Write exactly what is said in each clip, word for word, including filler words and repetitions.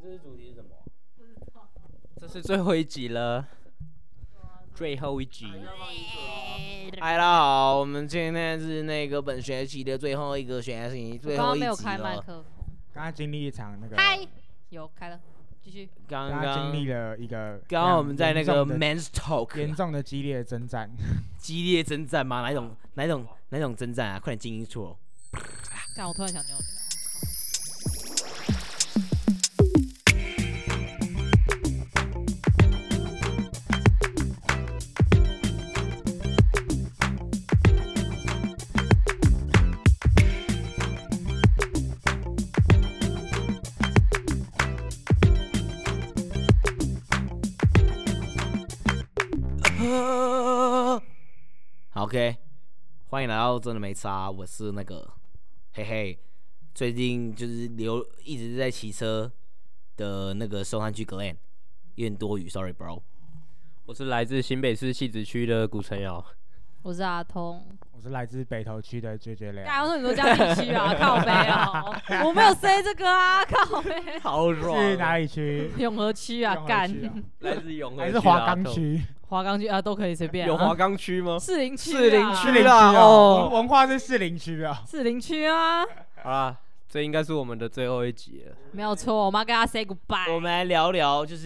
这次主题是什么？ 这是最后一集了，最后一集。 嗨，大家好，我们今天是那个本学期的最后一个学期，最后一集了。 刚刚没有开麦克风。 刚刚经历一场那个。 嗨，有开了，继续。 刚刚经历了一个。 刚刚我们在那个 Men's Talk 严重的激烈的征战。 激烈征战吗？哪一种？哪一种？哪一种征战啊？快点静音处哦。 干，我突然想尿尿。 好 ，OK， 欢迎来到真的没差，我是那个嘿嘿，最近就是留一直在骑车的那个松山区 Glenn， 有点多余 ，sorry bro。 我是来自新北市汐止区的古城瑶。 我是阿通。 我是来自北投区的绝绝雷。 刚刚说你说嘉义区啊，靠北哦，我没有 say 这个啊，靠北。 好爽。 是哪里区？ 永和区啊，干。 来自永和还是华冈区？ 华冈区啊，都可以随便、啊。 有华冈区吗？ 士林区、啊。 士林区啦， 哦，文化是士林区啊。 士林区啊。 好啦，这应该是我们的最后一集了。 没有错，我们要跟他 say goodbye。 我们来聊聊，就是，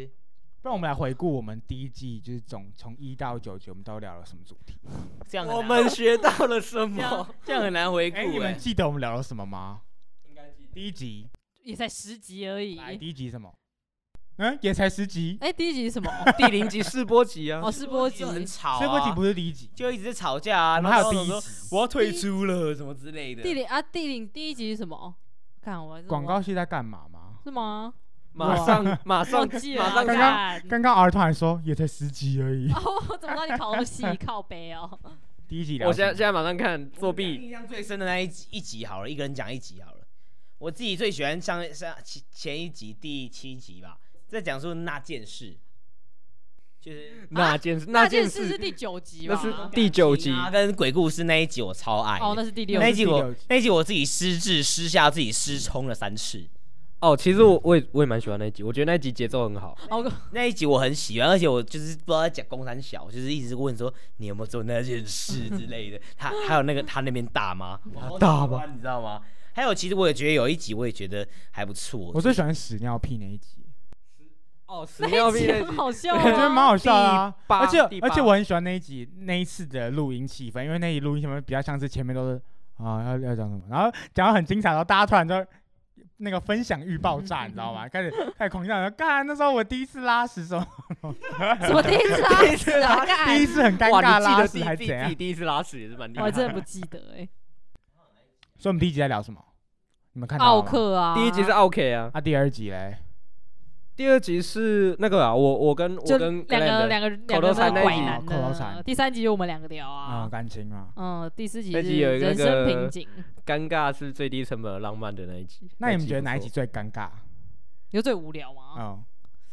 不然我们来回顾我们第一季，就是总从一到九集，我们都聊了什么主题？ 这样我们学到了什么？ 这样很难回顾、欸。 哎、欸，你们记得我们聊了什么吗？ 应该记得。 第一集也才十集而已。 来，第一集什么？嗯，也才十集。 哎、欸，第一集是什么？ 第零集试播集啊。 哦，试播集很吵、啊。 试播集不是第一集， 就一直在吵架啊。 我们还有第一集， 我要退出了什么之类的。 第零啊，第零第一集是什么？看我广告系在干嘛吗？ 是吗？ 马上马上马上刚刚刚刚儿童还说也才十集而已。 哦，我怎么知道你考那么细？靠北哦。 第一集我现在现在马上看作弊。 印象最深的那一集一集好了，一个人讲一集好了。我自己最喜欢上上前一集第七集吧，在讲述那件事，就是那件事、 啊、那件事是第九集吧？ 那是第九集， 跟鬼故事那一集我超爱。 哦，那是第六集。那一集我那一集我自己失智失下自己失聪了三次。 哦，其实我我也我也蛮喜欢那一集，我觉得那一集节奏很好。 哦， 那一集我很喜欢，而且我就是不知道在讲公三小，就是一直问说你有没有做那件事之类的。他还有那个他那边大吗？ 大吗？ 你知道吗？还有，其实我也觉得有一集我也觉得还不错。 我最喜欢屎尿屁那一集。 哦，屎尿屁那一集好笑、啊， 我觉得蛮好笑的啊。而且而且我很喜欢那一集那一次的录音气氛，因为那一集录音气氛比较像是前面都是啊要要讲什么，然后讲到很精彩，然后大家突然就。那个分享欲爆炸，你知道吗？开始开始狂笑，说干那时候我第一次拉屎什么？ 什么第一次拉屎啊？ 第一次很尴尬拉屎还是怎样？ 自己第一次拉屎也是蛮厉害的。 我真的不记得哎、欸。 所以我们第一集在聊什么？你们看到了吗？ 奥克啊， 第一集是奥 K 啊。 啊，第二集嘞？ 第二集是那个啊，我我跟我跟两个两个两个拐男口头禅。 第三集就我们两个聊啊， 嗯，感情嘛。 嗯，第四集是人生瓶颈。 尴尬是最低成本浪漫的那一集。 那你们觉得哪一集最尴尬？ 有最无聊吗？ 嗯，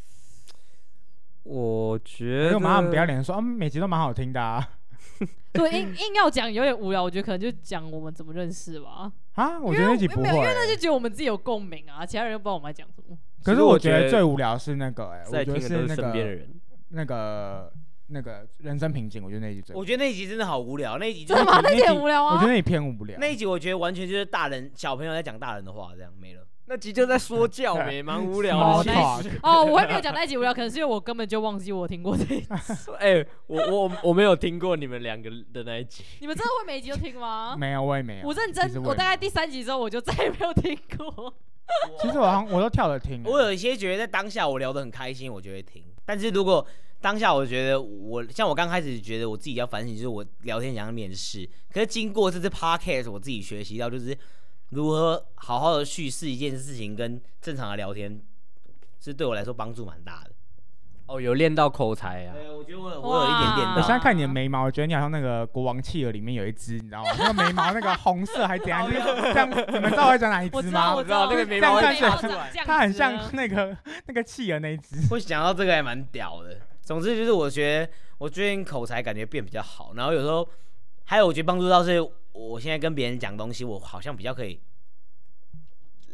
我觉得。 因为马上不要脸说，啊，每集都蛮好听的啊。 对，硬硬要讲有点无聊，我觉得可能就讲我们怎么认识吧。 啊，我觉得那集不会、欸， 因为那就觉得我们自己有共鸣啊，其他人又不知道我们在讲什么。 可是我觉得最无聊是那个、欸，哎， 在听的都是身边的人， 那个那个人生瓶颈，我觉得那一集最无聊。 我觉得那一集真的好无聊，那一集真的吗？那一集很无聊啊。 我觉得那一偏无聊。 那一集我觉得完全就是大人小朋友在讲大人的话，这样没了。 那集就在说教没，蛮无聊的。 哦，我还没有讲那一集无聊，可能是因为我根本就忘记我听过这一集。 哎、欸，我我我没有听过你们两个的那一集。 你们真的会每一集都听吗？ 没有，我也没有。 我认真，我大概第三集之后我就再也没有听过。 其实我好像我都跳着听。 我有一些觉得在当下我聊得很开心，我就会听。但是如果当下我觉得我像我刚开始觉得我自己要反省，就是我聊天想要面试，可是经过这次 podcast 我自己学习到就是如何好好的叙事一件事情，跟正常的聊天是对我来说帮助蛮大的。 哦，有练到口才啊！ 对，我觉得我有我有一点点到。 我现在看你的眉毛，我觉得你好像那个国王企鹅里面有一只，你知道吗？那个眉毛那个红色还怎样？就是这样，你们知道我在讲哪一只吗？ 我知道， 那个眉毛会长出来，它很像那个那个企鹅那一只。 会想到这个还蛮屌的。总之就是我觉得我最近口才感觉变比较好，然后有时候还有我觉得帮助到是，我现在跟别人讲东西，我好像比较可以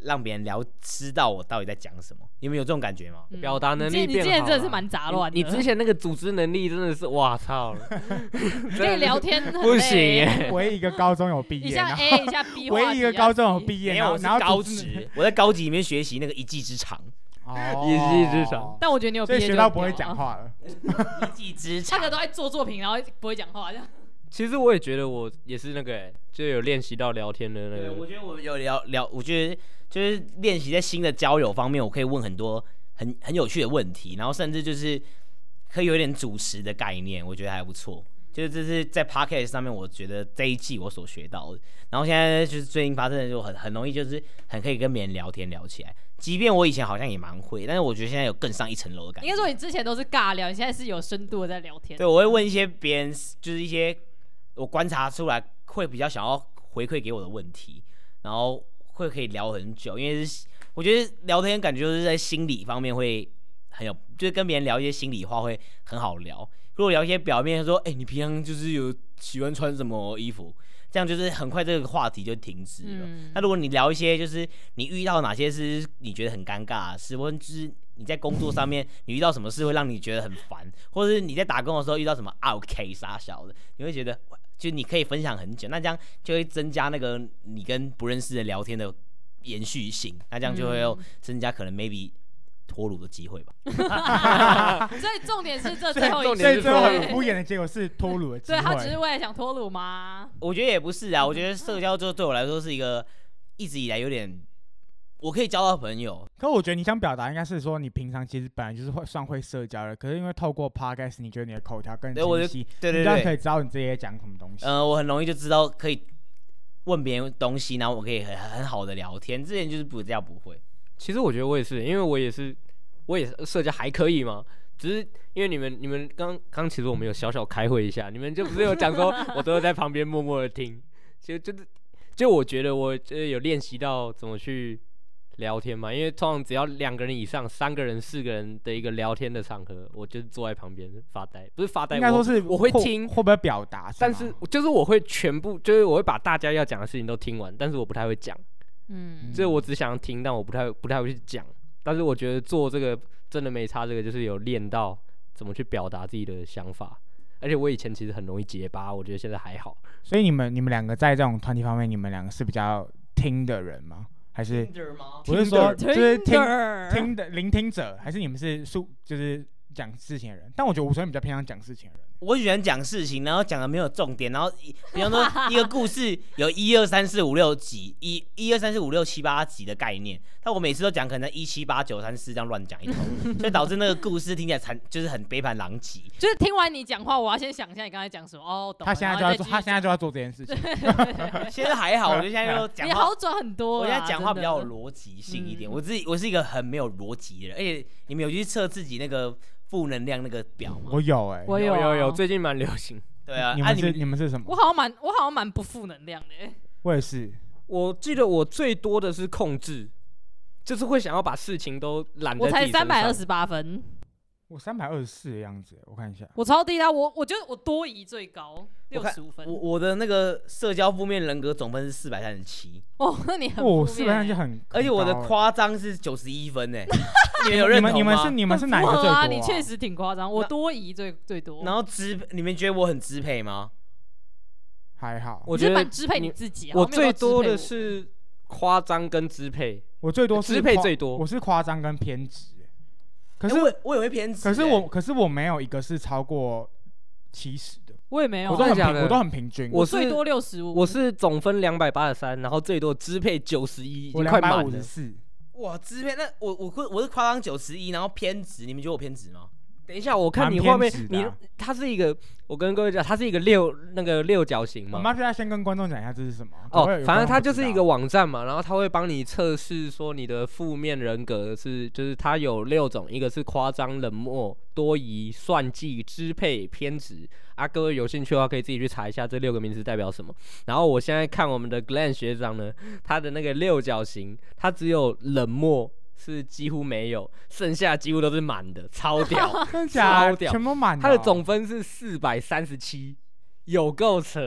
让别人了知道我到底在讲什么。你们有这种感觉吗？ 嗯表达能力你变好了。 你之前真的是蛮杂乱的。 你之前那个组织能力真的是，哇操！ 跟你聊天很不行累耶。 唯一一个高中有毕业， 一下然后 A 一下 B， 唯一一个高中有毕业， 没有，我是然后然后高组织职，我在高级里面学习那个一技之长， 哦， 一技之长。 但我觉得你有毕所以业就学到不会很屌啊， 讲话了。 一技之长。 他可能都在做作品，然后不会讲话这样。 其实我也觉得我也是那个、欸，就有练习到聊天的那对，我个。 觉得我有聊聊，我觉得就是练习在新的交友方面，我可以问很多很很有趣的问题，然后甚至就是可以有一点主持的概念，我觉得还不错。就是这是在 podcast 上面，我觉得这一季我所学到的。然后现在就是最近发生的，就很很容易，就是很可以跟别人聊天聊起来。即便我以前好像也蛮会，但是我觉得现在有更上一层楼的感觉。 应该说你之前都是尬聊，你现在是有深度的在聊天。 对，我会问一些别人，就是一些我观察出来会比较想要回馈给我的问题，然后会可以聊很久，因为是我觉得聊天感觉就是在心理方面会很有，就是跟别人聊一些心里话会很好聊。如果聊一些表面说，哎、欸，你平常就是有喜欢穿什么衣服，这样就是很快这个话题就停止了。嗯、那如果你聊一些就是你遇到哪些是你觉得很尴尬的事，或者就是你在工作上面你遇到什么事会让你觉得很烦，或者是你在打工的时候遇到什么 OK 傻小的，你会觉得就你可以分享很久，那这样就会增加那个你跟不认识的聊天的延续性，那这样就会有增加可能 maybe。脱乳的机会吧， 所以重点是这最后一句， 所以最后很敷衍的结果是脱乳的机会。 对，他只是为了想脱乳吗？ 我觉得也不是啊，我觉得社交就对我来说是一个一直以来有点，我可以交到朋友。 可我觉得你想表达应该是说，你平常其实本来就是会算会社交的，可是因为透过 podcast， 你觉得你的口条更清晰， 对对对， 你这样可以知道你自己在讲什么东西。 呃，我很容易就知道可以问别人东西，然后我可以很很好的聊天。之前就是不这样不会。 其实我觉得我也是，因为我也是，我也是社交还可以嘛。只是因为你们你们刚刚其实我们有小小开会一下，你们就不是有讲说我都在旁边默默的听，就就是就我觉得我就有练习到怎么去聊天嘛，因为通常只要两个人以上、三个人、四个人的一个聊天的场合，我就是坐在旁边发呆，不是发呆， 应该说是我, 我会听， 会不会表达？ 但是就是我会全部，就是我会把大家要讲的事情都听完，但是我不太会讲。嗯，这我只想听，但我不太不太会去讲。但是我觉得做这个真的没差，这个就是有练到怎么去表达自己的想法。而且我以前其实很容易结巴，我觉得现在还好。 所以你们你们两个在这种团体方面，你们两个是比较听的人吗？还是不是说就是听听的聆听者，还是你们是述就是讲事情的人？但我觉得吴承恩比较偏向讲事情的人。 我喜欢讲事情，然后讲的没有重点，然后比方说一个故事有一二三四五六集，一一二三四五六七八集的概念，但我每次都讲可能一七八九三四这样乱讲一通，所以导致那个故事听起来残就是很悲盘狼藉。 就是听完你讲话，我要先想一下你刚才讲什么哦，懂了。 他现在就要做，他现在就要做这件事情。 现在还好，我觉得现在就讲话， 你好转很多。 我现在讲话比较有逻辑性一点。我自己我是一个很没有逻辑的人，而且你们有去测自己那个负能量那个表吗？ 我有哎、欸， 我有、啊、 有有，最近蛮流行。 对啊， 你们是、 啊、 你, 你们是什么？ 我好像蛮我好像蛮不负能量的、欸。 我也是。 我记得我最多的是控制，就是会想要把事情都揽在自己身上。 我才三百二十八分。 我三百二十四的样子，我看一下。 我超低的，我我觉得我多疑最高，六十五分。 我我的那个社交负面人格总分是四百三十七。 哦，那你很负面、欸。 哦，四百三十七很， 而且我的夸张是九十一分诶、欸。你们有认同吗？ 你们是你们是哪一个最多、啊？ 啊、你确实挺夸张，我多疑最最多。 然后支，你们觉得我很支配吗？ 还好， 我觉得蛮支配你自己。 我最多的是夸张跟支配， 我最多是支配最多， 我是夸张跟偏执。可是、 欸、我我也会偏执、欸， 可是我可是我没有一个是超过七十的。 我也没有， 我都很平，我都很平均。 我最多六十五， 我是总分两百八十三，然后最多支配九十一，已经快满了。 哇，支配那我我我是夸张九十一，然后偏执，你们觉得我偏执吗？ 等一下，我看你画面， 啊、 你它是一个，我跟各位讲，它是一个六那个六角形嘛。 我们要先跟观众讲一下这是什么。 哦，反正它就是一个网站嘛，然后它会帮你测试说你的负面人格是，就是它有六种，一个是夸张、冷漠、多疑、算计、支配、偏执。啊，各位有兴趣的话，可以自己去查一下这六个名词代表什么。然后我现在看我们的 Glenn 学长呢，他的那个六角形，他只有冷漠。是几乎没有，剩下几乎都是满的，超屌， 真的假的？ 超屌， 全部满、哦。 他的总分是四百三十七，有够扯。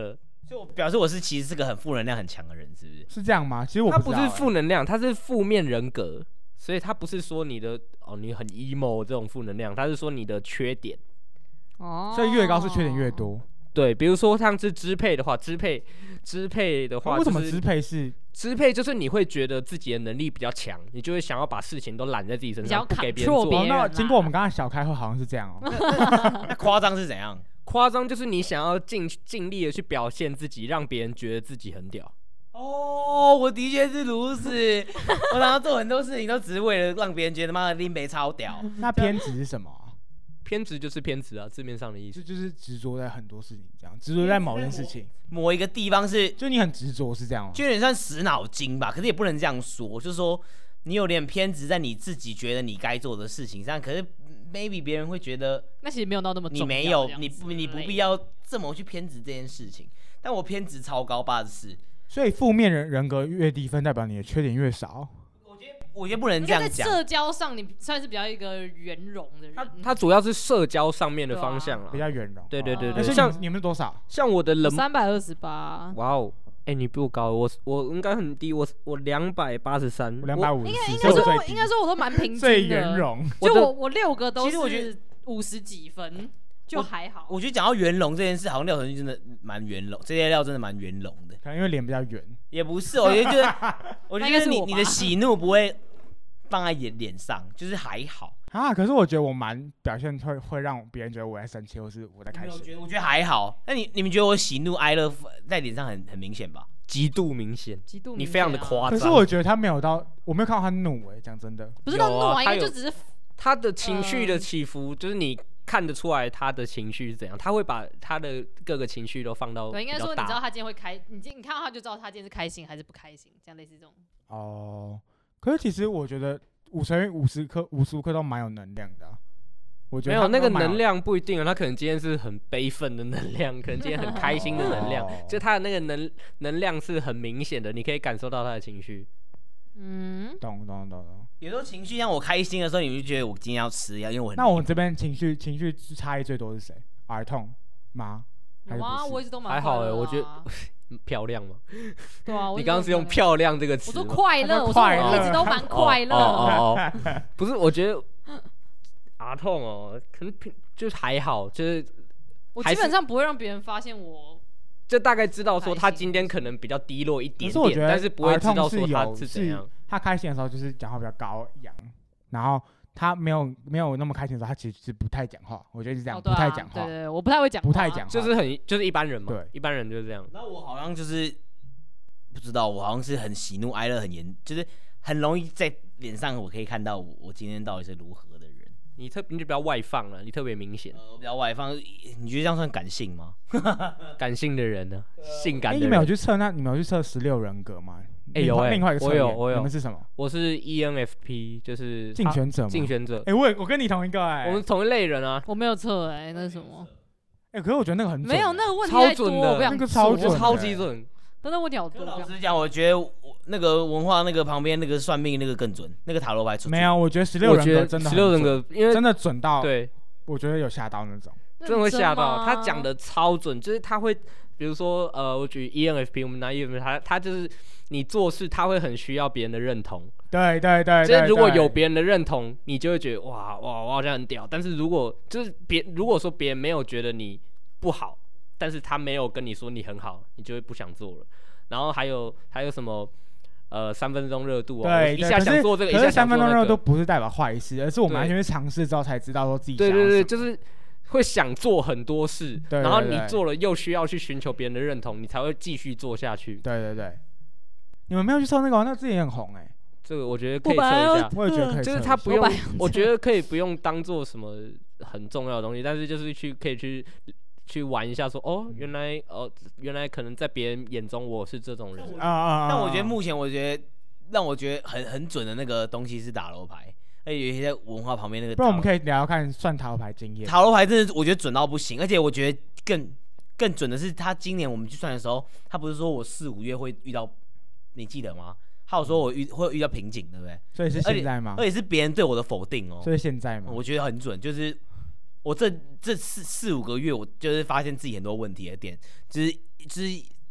就表示我是其实是个很负能量很强的人，是不是？ 是这样吗？其实我他不是不知道欸负能量，他是负面人格，所以他不是说你的哦你很 emo 这种负能量，他是说你的缺点。 哦， 所以越高是缺点越。多。 对，比如说像是支配的话，支配支配的话、就是， 为什么支配是？ 支配就是你会觉得自己的能力比较强，你就会想要把事情都揽在自己身比较上，不给别人 control 做。 别人哦，那啦经过我们刚刚小开会好像是这样哦。 那夸张是怎样？ 夸张就是你想要尽尽力的去表现自己，让别人觉得自己很屌。 哦，我的确是如此。我常常做很多事情都只是为了让别人觉得妈的林北超屌。 那偏执是什么啊？ 偏执就是偏执啊，字面上的意思。 就就是执着在很多事情，这样执着在某件事情， 某一个地方是， 就你很执着是这样吗？ 就有点算死脑筋吧，可是也不能这样说，就是说你有点偏执在你自己觉得你该做的事情上，可是 maybe 别人会觉得那其实没有到那么重要你没有，你这样子不你不必要这么去偏执这件事情。但我偏执超高，八十四。 所以负面人人格越低分，代表你的缺点越少。 我觉得不能应该在这样讲。 社交上，你算是比较一个圆融的人。 它它主要是社交上面的方向啊比。较圆融。 对对对对， 但是像你你们多少？ 像我的冷， 三百二十八， 哇哦，哎，你比我高，我我应该很低，我我两百八十三， 我两百五十四， 应该说我所以我最低应该说我都蛮平均的。 最圆融。 就我的我我六个都其实我觉是五十几分，就还好。 我觉得讲到圆融这件事，好像廖承旭真的蛮圆融，这些料真的蛮圆融的。 可能因为脸比较圆。 也不是，我觉得就是，我觉那应该是我吧得你你的喜怒不会放在脸脸上，就是还好。 啊，可是我觉得我蛮表现会会让别人觉得我在生气，或是我在开心。 我觉得我觉得还好。那你你们觉得我喜怒哀乐在脸上很很明显吧？ 极度明显， 极度明显啊你非常的夸张。 可是我觉得他没有到，我没有看到他怒哎、欸，讲真的。 不是到怒啊，应有啊他有该就只是他的情绪的呃起伏，就是你看得出来他的情绪是怎样，他会把他的各个情绪都放到对，应该说比较大你知道他今天会开，你今你看到他就知道他今天是开心还是不开心，这样类似这种。 哦，可是其实我觉得五十五十颗无时无刻都蛮有能量的、啊。我觉得没有那个他们都蛮有能量不一定啊，他可能今天是很悲愤的能量，可能今天很开心的能量， 哦就他的那个能能量是很明显的，你可以感受到他的情绪。 嗯， 懂懂懂懂。 有时候情绪让我开心的时候，你们就觉得我今天要吃药，因为我很那我们这边情绪情绪差异最多是谁？儿童吗？还是有啊， 不是我一直都蛮还好快乐的啊欸我觉得漂亮吗？ 对啊，我一直你刚刚是用都蛮漂亮这个词我吗， 说快乐， 他说我说快乐我一直都蛮快乐。 哦哦哦，不是，我觉得阿痛哦，可能平就是还好，就是还是我基本上不会让别人发现我。 就大概知道说他开心今天可能比较低落一可点点， 是我觉得但是不会知道儿童是说他有是怎样。 他开心的时候就是讲话比较高扬，然后他没有没有那么开心的时候，他其实是不太讲话。我觉得是这样， 哦对啊不太讲话， 对对对，我不太会讲话， 不太讲话， 就是很就是一般人嘛， 对一般人就是这样。 那我好像就是不知道，我好像是很喜怒哀乐很严，就是很容易在脸上我可以看到我我今天到底是如何的人。 你特你就比较外放了，你特别明显， 呃，我比较外放，你觉得这样算感性吗？ 感性的人呢，性感哎、 的你们有人。 去测那？你们有去测十六人格吗？另外哎有哎另外一个测验我有我有你们是什么？ 我是 E N F P，就是他竞选者吗？ 竞选者哎、，我也我跟你同一个哎、 我们同一类人啊， 我没有测哎，那是什么？ 哎、可是我觉得那个很准没有那个问题超太多， 准的我不想那个超做准的我超级准。 但那问题好多。 可不想老实讲，我觉得我那个文化那个旁边那个算命那个更准，那个塔罗牌出没有，我觉得十六我觉得人格真的十六人很准格，因为真的准到， 对， 我觉得有吓到那种。 认真的会吓到。 吗他讲的超准，就是他会，比如说呃，我举 E N F P，我们拿 E N F P，他他就是你做事他会很需要别人的认同， 对对对所以对，对如果有别人的认同，你就会觉得哇哇我好像很屌。但是如果就是别如果说别人没有觉得你不好，但是他没有跟你说你很好，你就会不想做了。然后还有还有什么呃三分钟热度啊， 对， 一下对可是想做这个，一可下是三分钟热想做那个， 度不是代表坏事，而是我们对完全去尝试之后才知道说自己对对对， 想要什么就是会想做很多事， 对对然后你对做了又需要去寻求别人的认同，你才会继续做下去。 对对对。你们没有去测那个吗？那之前也很红哎、 这个我觉得可以我本来要测一下， 我也觉得可以测一下。 就是它不用我本来， 我觉得可以不用当做什么很重要的东西，但是就是去可以去去玩一下说，哦，原来哦原来可能在别人眼中我是这种人。 啊啊啊！ 但我觉得目目前我觉得让我觉得很很准的那个东西是塔罗牌，而且有一些在文化旁边那个塔罗。 不然我们可以聊聊看算塔罗牌经验。 塔罗牌真的我觉得准到不行，而且我觉得更更准的是，他今年我们去算的时候，他不是说我四五月会遇到，你记得吗？他有说我遇会遇到瓶颈，对不对？ 所以是现在吗而？且是别人对我的否定哦， 所以现在吗？ 我觉得很准，就是我这这四四五个月，我就是发现自己很多问题的点，就是就是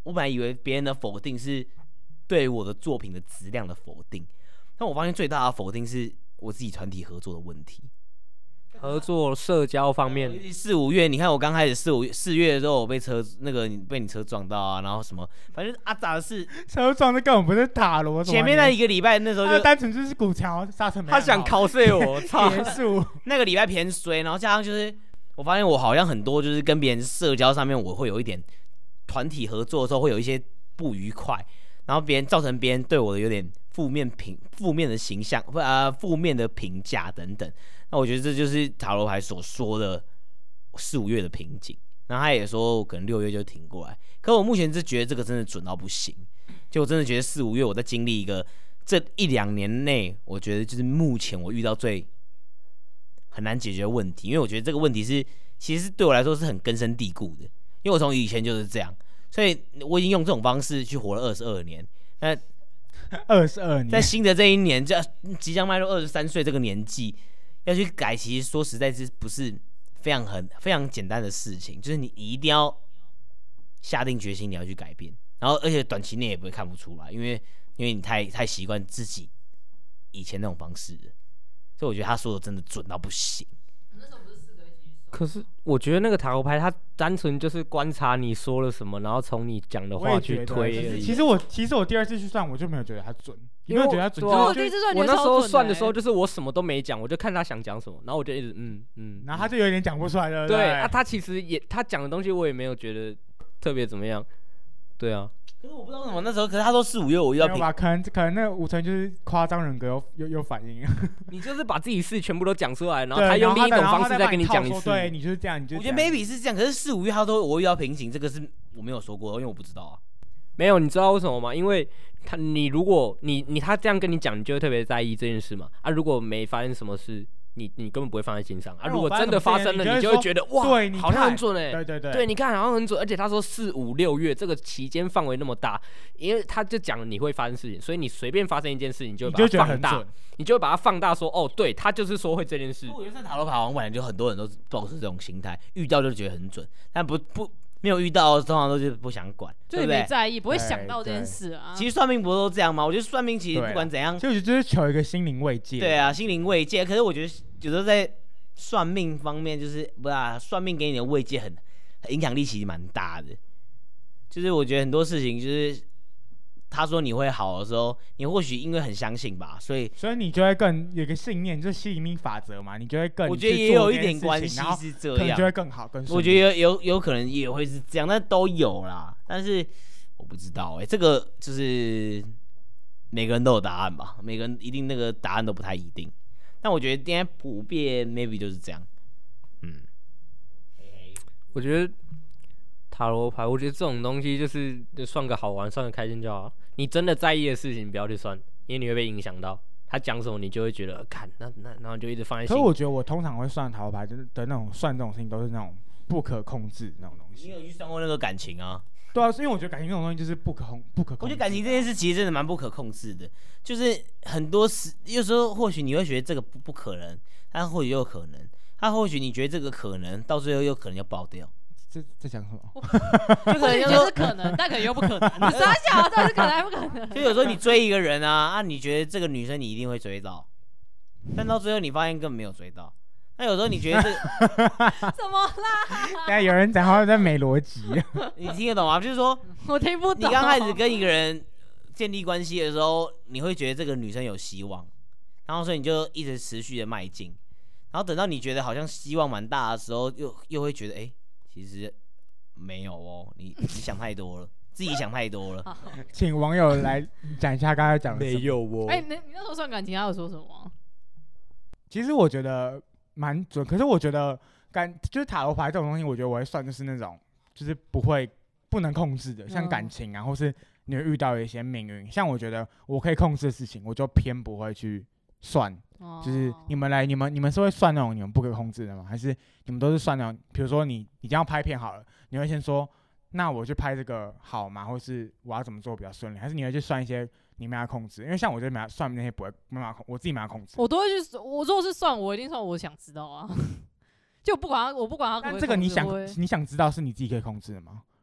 我本来以为别人的否定是对我的作品的质量的否定，但我发现最大的否定是我自己团体合作的问题。 合作社交方面， 四五月，你看我刚开始四五四月的时候，我被车那个被你车撞到啊，然后什么，反正阿杂的事， 车撞的根本不是塔罗， 前面那一个礼拜那时候就单纯就是古桥刹车没， 他想考碎我，操！ 结束那个礼拜偏衰，然后加上就是我发现我好像很多就是跟别人社交上面我会有一点团体合作的时候会有一些不愉快，然后别人造成别人对我的有点负面评负面的形象，不呃负面的评价等等。那我觉得这就是塔罗牌所说的四五月的瓶颈。然后他也说可能六月就挺过来，可我目前是觉得这个真的准到不行。就我真的觉得四五月我在经历一个这一两年内，我觉得就是目前我遇到最很难解决的问题，因为我觉得这个问题是其实对我来说是很根深蒂固的，因为我从以前就是这样，所以我已经用这种方式去活了二十二年。那二十二年， 在新的这一年，这即将迈入二十三岁这个年纪，要去改，其实说实在是不是非常很非常简单的事情，就是你一定要下定决心你要去改变，然后而且短期内也不会看不出来，因为因为你太太习惯自己以前那种方式了，所以我觉得他说的真的准到不行。 可是我觉得那个塔罗牌，它单纯就是观察你说了什么，然后从你讲的话去推而已。 其实我其实我第二次去算，我就没有觉得它准，你没有觉得它准？ 我第一次算， 我那时候算的时候，就是我什么都没讲，我就看他想讲什么，然后我就一直嗯嗯， 然后他就有点讲不出来了。 对啊，他其实也他讲的东西我也没有觉得特别怎么样。对啊。 可是我不知道为什么那时候，可是他说四五月我遇到没有吧？可能可能那五成就是夸张人格有有有反应。 你就是把自己事全部都讲出来，然后他用另一种方式再跟你讲一次。 对，你就是这样，你就我觉得 maybe 是这样，可是四五月他说我遇到瓶颈，这个是我没有说过，因为我不知道啊。 没有，你知道为什么吗？因为他你如果你你他这样跟你讲，你就会特别在意这件事嘛。啊，如果没发生什么事。你你根本不会放在心上啊！如果真的发生了，你就会觉得哇，好像很准哎、欸。 对对对， 对，你看好像很准，而且他说四五六月这个期间范围那么大，因为他就讲你会发生事情，所以你随便发生一件事情，你就会把它放大，你就会把它放大说哦，对他就是说会这件事。 我觉得在塔罗牌王本来就很多人都保持这种心态，遇到就觉得很准，但不不没有遇到，通常都是不想管， 就也没在意，不会想到这件事啊。 其实算命不都这样吗？我觉得算命其实不管怎样， 就就是求一个心灵慰藉。 对啊，心灵慰藉。可是我觉得有时候在算命方面，就是不是啊，算命给你的慰藉很影响力其实蛮大的。就是我觉得很多事情，就是他说你会好的时候，你或许因为很相信吧，所以所以你就会更有一个信念，就是吸引力法则嘛，你就会更。 我觉得也有一点关系是这样， 可能就会更好，更。 我觉得有有有可能也会是这样，但都有啦。但是我不知道哎、欸，这个就是每个人都有答案吧，每个人一定那个答案都不太一定。但我觉得今天普遍 maybe 就是这样，嗯。 我觉得塔罗牌，我觉得这种东西就是就算个好玩，算个开心就好。你真的在意的事情不要去算，因为你会被影响到。他讲什么，你就会觉得看那那，然后就一直放在心里。 可是我觉得我通常会算塔罗牌，就是的那种算这种事情都是那种不可控制那种东西。 你有去算过那个感情啊？ 对啊，因为我觉得感情这种东西就是不可控、不可控。 我觉得感情这件事其实真的蛮不可控制的，就是很多时有时候或许你会觉得这个不不可能，但或许又有可能，他或许你觉得这个可能，到最后又可能要爆掉。 这在讲什么？ 就可能觉得是可能，但可能又不可能。你傻小，到底是可能还不可能？ 就有时候你追一个人啊，啊，你觉得这个女生你一定会追到，但到最后你发现根本没有追到。那有时候你觉得这什么啦？ 现在有人讲话在没逻辑， 你听得懂吗？就是说， 我听不懂。 你刚开始跟一个人建立关系的时候，你会觉得这个女生有希望，然后所以你就一直持续的迈进，然后等到你觉得好像希望蛮大的时候，又又会觉得，哎、欸，其实没有哦，你你想太多了，自己想太多了。 请网友来讲一下刚才讲的。 没有哦。 哎、欸，你你那时候算感情，他有说什么？ 其实我觉得蛮准，可是我觉得感就是塔罗牌这种东西，我觉得我会算就是那种就是不会不能控制的，像感情啊，或是你会遇到一些命运。像我觉得我可以控制的事情，我就偏不会去算。哦、就是你们来，你们你们是会算那种你们不可控制的吗？还是你们都是算那种？比如说你你这样拍片好了，你会先说，那我去拍这个好吗？或是我要怎么做比较顺利？还是你会去算一些你没法控制？因为像我就没法算那些不会没法控，我自己没法控制。 我都会去，我如果是算，我一定算我想知道啊。就不管他，我不管他可不可以控制。 但这个你想你想知道是你自己可以控制的吗？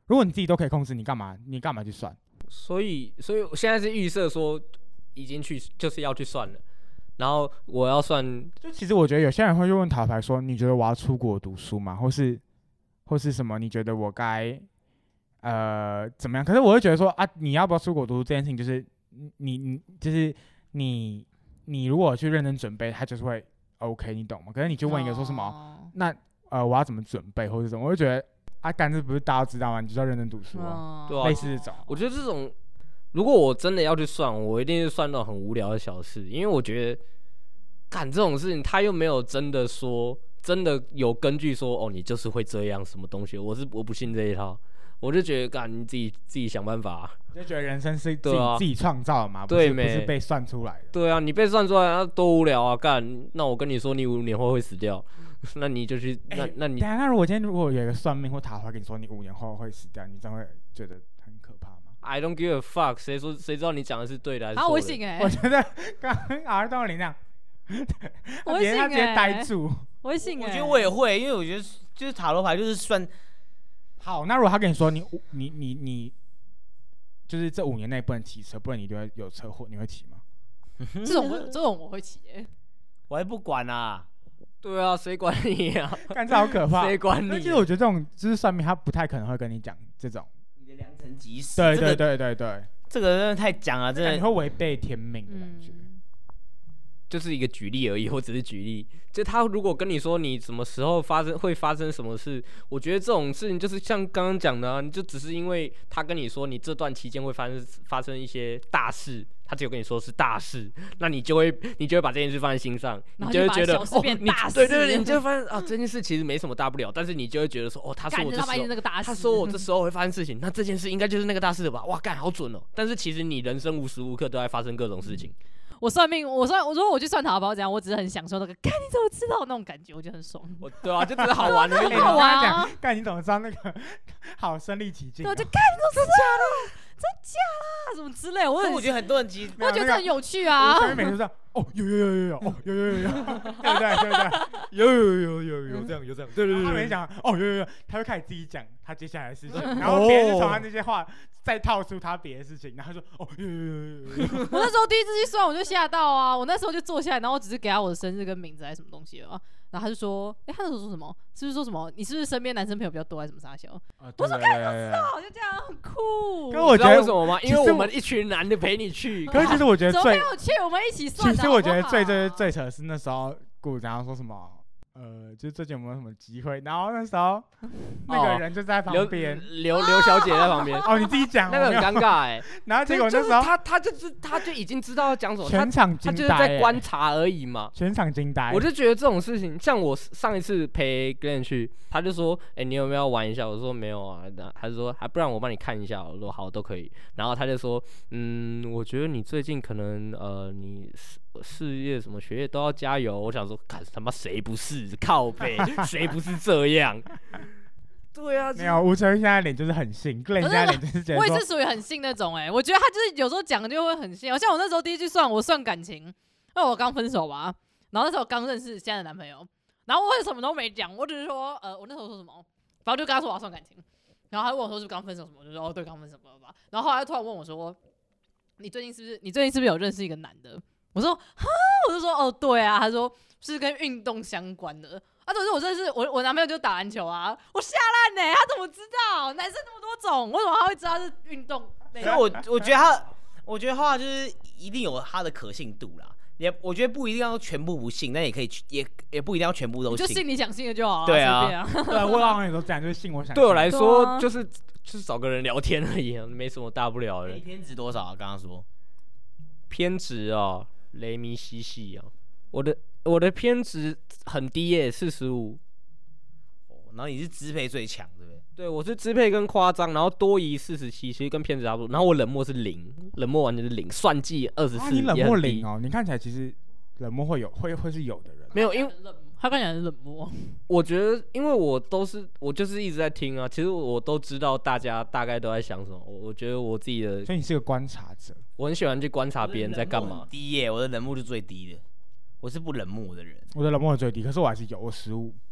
如果你自己都可以控制，你干嘛你干嘛去算？ 所以所以我现在是预设说已经去就是要去算了，然后我要算。 就其实我觉得有些人会去问塔牌说，你觉得我要出国读书吗？或是或是什么？你觉得我该呃怎么样？可是我会觉得说啊，你要不要出国读书这件事情，就是你你就是你你如果去认真准备，他就是会 OK， 你懂吗？可是你去问一个说什么，哦、那呃我要怎么准备或者什么，我会觉得啊，干这不是大家都知道吗？你就是要认真读书啊， 对啊， 类似这种。 我觉得这种。如果我真的要去算，我一定是算到很无聊的小事，因为我觉得，干这种事情，他又没有真的说，真的有根据说，哦，你就是会这样什么东西，我是我不信这一套，我就觉得，干你自己自己想办法、啊， 就觉得人生是自己、 啊、 自己创造的嘛，不对是不是被算出来的。 对啊，你被算出来，那多无聊啊！干，那我跟你说，你五年后会死掉，那你就去，那、欸、那你， 等一下，那如果今天如果有一个算命或塔牌跟你说你五年后会死掉，你真会觉得很可怕吗？ I don't give a fuck， 谁说谁知道你讲的是对的还是错的？ 啊，我信哎、欸！ 我觉得刚刚阿东林那样， 我会信哎、欸！ 他直接呆住。 我会信哎、欸！ 我觉得我也会，因为我觉得就是塔罗牌就是算。 好，那如果他跟你说你你你你，就是这五年内不能骑车，不然你就会有车祸，你会骑吗？ 这种这种我会骑哎、欸！ 我还不管啊。 对啊，谁管你啊？ 干这好可怕！ 谁管你、啊？ 其实我觉得这种就是算命，他不太可能会跟你讲这种。 良辰吉时， 对对对对对， 这个真的太讲了，真的你会违背天命的感觉。 嗯、 就是一个举例而已，我只是举例。就他如果跟你说你什么时候发生会发生什么事，我觉得这种事情就是像刚刚讲的、啊，你就只是因为他跟你说你这段期间会发生发生一些大事，他只有跟你说是大事，那你就会你就会把这件事放在心上，你就会觉得哦， 你对对对，你就会发现啊这件事其实没什么大不了，但是你就会觉得说哦，他说我这时候他说我这时候会发生事情，那这件事应该就是那个大事了吧？哇，干好准哦！但是其实你人生无时无刻都在发生各种事情。 我算命，我算我说我去算塔罗牌怎样，我只是很享受那个，干你怎么知道那种感觉，我觉得很爽。 我对啊，就只是好玩而已。 好玩啊！ 干你怎么知道那个好身临其境、啊？ 对，就干你怎么知道？真假啦，什么之类，我我觉得很多人其实我觉得很有趣啊。 我每次这样，哦，有有有有有，哦有有有有，对不对？对不对？有有有有有这样有这样，对对对。他没讲，哦有有有，他会开始自己讲他接下来的事情，然后别人就从他那些话再套出他别的事情，然后他说，哦有有有有有。 我那时候第一次去算，我就吓到啊！我那时候就坐下来，然后我只是给他我的生日跟名字还是什么东西了。然后他就说，哎、欸，他那时候说什么？是不是说什么？你是不是身边男生朋友比较多，还是什么傻笑？啊、我说看就知道，就这样很酷。 可我觉得为什么吗？因为我们一群男的陪你去。 可是其实我觉得最没有去，我们一起算。 其实我觉得最最最扯的是那时候顾长说什么。呃，就是最近有没有什么机会？然后那时候那个人就在旁边， 刘刘小姐在旁边。 哦，你自己讲， 那个很尴尬哎。 然后结果那时候他他就是他就已经知道要讲什么， 全场惊呆， 他就是在观察而已嘛。 全场惊呆。 我就觉得这种事情，像我上一次陪 Glenn 去，他就说，哎、欸，你有没有要玩一下？我说没有啊。他就说，还不然我帮你看一下。我说好，都可以。然后他就说，嗯，我觉得你最近可能呃，你事业什么学业都要加油。我想说，看他妈谁不是靠北，谁不是这样？对啊， 没有吴承恩现在脸就是很信，个人现在脸就是觉得我也是属于很信那种哎、欸，我觉得他就是有时候讲就会很信，像我那时候第一句算我算感情，因为我刚分手吧，然后那时候刚认识现在的男朋友，然后我什么都没讲，我只是说呃我那时候说什么，然后就跟他说我要算感情，然后他问我说是不是刚分手什么，我就说哦对刚分手什么吧，然后后来他突然问我说你最近是不是你最近是不是有认识一个男的？我说哈，我就说哦对啊，他说是跟运动相关的。啊，可是我认识我我男朋友就打篮球啊，我吓烂呢，他怎么知道？男生那么多种，为什么他会知道是运动？ 所以我我觉得他，我觉得话就是一定有他的可信度啦。也我觉得不一定要全部不信，但也可以也也不一定要全部都信。 你就信你想信的就好了。 对啊， 啊对，我好像也都这样，就是信我想信。 对我来说，就是就是找个人聊天而已，没什么大不了的。 你偏执多少啊？刚刚说偏执啊，雷米西西啊，我的。我的偏执很低耶、欸，四十五。 然后你是支配最强，对不对？ 对，我是支配跟夸张，然后多疑四十七，其实跟偏执差不多。然后我冷漠是零，冷漠完全是零，算计二十四。 你冷漠零哦，你看起来其实冷漠会有会会是有的人。 没有，因为他看起来很冷漠。 我觉得，因为我都是我就是一直在听啊，其实我都知道大家大概都在想什么。我我觉得我自己的， 所以你是个观察者。 我很喜欢去观察别人在干嘛。 低耶，我的冷漠是最低的。我是不冷漠的人， 我的冷漠最低，可是我还是有，我十五。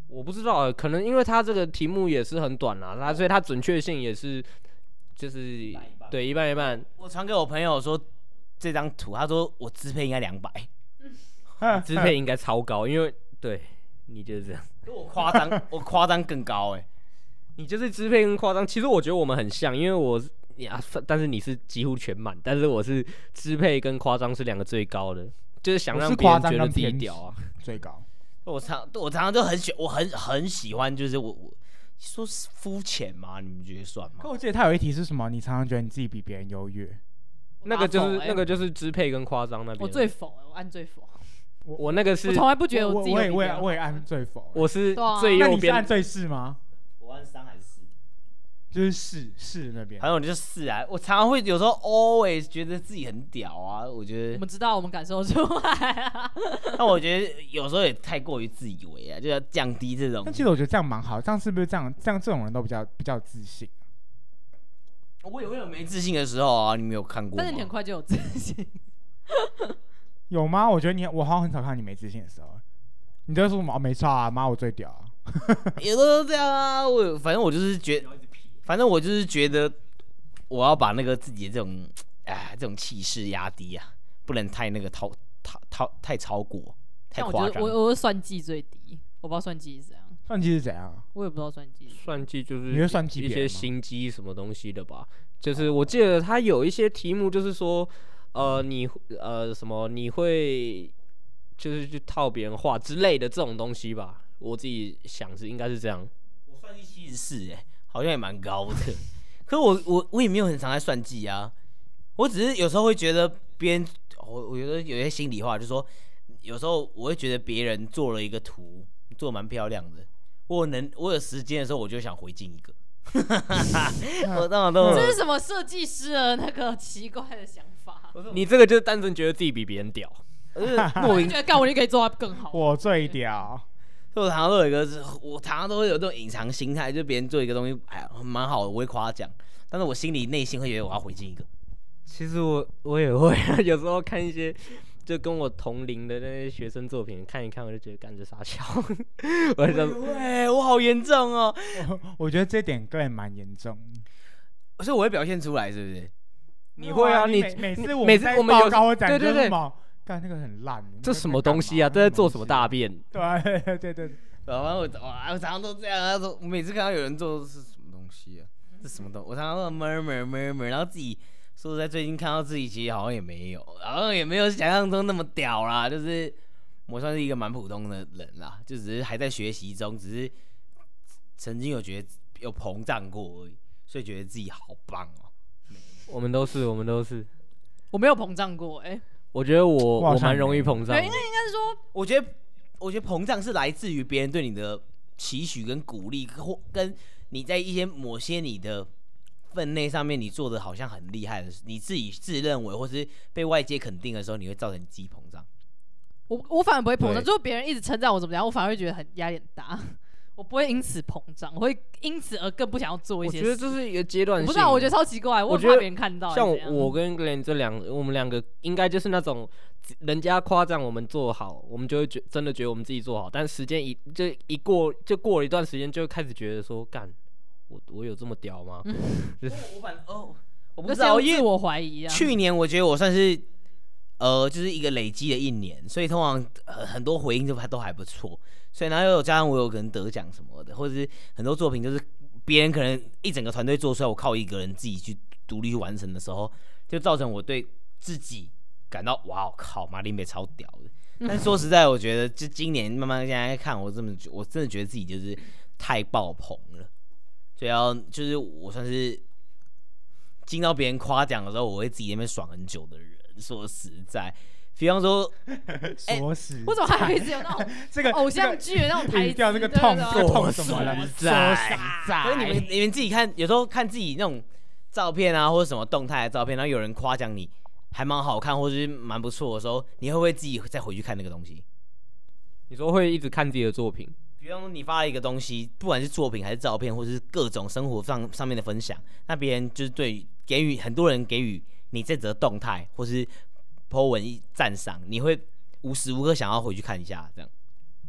我不知道，可能因为他这个题目也是很短啦，他所以他准确性也是就是一半一半对一半一半。 我传给我朋友说这张图，他说我支配应该两百， 支配应该超高，因为对你就是这样。 我夸张，我夸张更高哎、欸。 你就是支配跟夸张，其实我觉得我们很像，因为我啊，但是你是几乎全满，但是我是支配跟夸张是两个最高的，就是想让别人觉得自己屌啊， 最高。 我常我常常都很喜，我很很喜欢，就是我我说是肤浅吗？你们觉得算吗？ 可我记得他有一题是什么？你常常觉得你自己比别人优越， 那个就是、 欸、 那个就是支配跟夸张那边。 我最否、欸，我按最否。 我, 我那个是， 我从来不觉得我自己有比我也我也按最否， 我是啊最右边。 那你是按最是吗？ 我按三还是四？ 就是是是那边。 反正我就是四啊。我常常会有时候 always 觉得自己很屌啊，我觉得。 我们知道，我们感受出来啊。 但我觉得有时候也太过于自以为啊，就要降低这种。 但其实我觉得这样蛮好，这样是不是这样？这样这种人都比较比较自信。 我也会有没自信的时候啊，你没有看过吗？ 但是你很快就有自信。 有吗？我觉得你，我好像很少看你没自信的时候。你就说什么、哦、没差啊，妈我最屌啊。 有的都这样啊，我反正我就是觉得，反正我就是觉得，我要把那个自己的这种，哎，这种气势压低啊，不能太那个超超超太超过，太夸张。 我我我算计最低，我不知道算计是怎样。 算计是怎样？ 我也不知道算计。 算计就是你会算计一些心机什么东西的吧？就是我记得他有一些题目，就是说，呃，你呃什么你会就是去套别人话之类的这种东西吧。我自己想是应该是这样。 我算计七十四，哎，好像也蛮高的。可是我我我也没有很常在算计啊，我只是有时候会觉得别人，我我觉得有些心里话，就是说，有时候我会觉得别人做了一个图，做得蛮漂亮的，我能我有时间的时候，我就想回敬一个。我当然都这是什么设计师的那个奇怪的想法？ 你这个就是单纯觉得自己比别人屌， 莫名觉得干我就可以做到更好。 我最屌。 所以我常常都有一个，我常常都会有这种隐藏心态，就别人做一个东西，哎呀，蛮好的，我会夸奖，但是我心里内心会觉得我要回敬一个。 其实我我也会，有时候看一些就跟我同龄的那些学生作品，看一看我就觉得干这傻笑。我就喂，我好严重哦。 我我觉得这点个人蛮严重， 所以我会表现出来，是不是？ 你会啊，你每每次我每次我们有高我讲对对对。 干那个很烂， 这什么东西啊？这在做什么大便？ 对对对对。 然后我我常常都这样啊，说我每次看到有人做是什么东西啊？这什么东西？我常常都 murmur murmur， 然后自己说实在，最近看到自己其实好像也没有，好像也没有想象中那么屌啦。就是我算是一个蛮普通的人啦，就只是还在学习中，只是曾经有觉得有膨胀过而已，所以觉得自己好棒哦。 我们都是，我们都是。 我没有膨胀过，哎、欸。 我觉得我我蛮容易膨胀。 对，应该应该是说， 我觉得我觉得膨胀是来自于别人对你的期许跟鼓励，或跟你在一些某些你的分内上面你做的好像很厉害的，你自己自认为或是被外界肯定的时候，你会造成你自己膨胀。 我我反而不会膨胀，就是别人一直称赞我怎么样，我反而会觉得很压力很大。我不会因此膨胀，我会因此而更不想要做一些事。 我觉得这是一个阶段性。 不知道，我觉得超奇怪，我怕别人看到。 像我跟 Glenn 这两，我们两个应该就是那种，人家夸奖我们做好，我们就会觉真的觉得我们自己做好，但时间一就一过，就过了一段时间，就开始觉得说，干，我我有这么屌吗？嗯、 就是我反哦，我不知道，因为自我怀疑啊。 去年我觉得我算是呃，就是一个累积的一年，所以通常、呃、很多回应都还都还不错。所以然后又加上我有可能得奖什么的，或者是很多作品就是别人可能一整个团队做出来，我靠一个人自己去独立去完成的时候，就造成我对自己感到哇靠，马林北超屌的。但是说实在，我觉得就今年慢慢现在看我这么，我真的觉得自己就是太爆棚了。所以要就是我算是听到别人夸奖的时候，我会自己在那边爽很久的人。说实在。比方说， 欸、说实在， 为什么还一直有那种这个偶像剧的那种台词？ 掉这个痛，这个痛什么了？ 说实在，你们你们自己看，有时候看自己那种照片啊，或者什么动态的照片，然后有人夸奖你还蛮好看，或者是蛮不错的时候，你会不会自己再回去看那个东西？ 你说会一直看自己的作品？ 比方说你发了一个东西，不管是作品还是照片，或者是各种生活上上面的分享，那别人就是对给予很多人给予你这则动态，或是po文赞赏，你会无时无刻想要回去看一下，这样。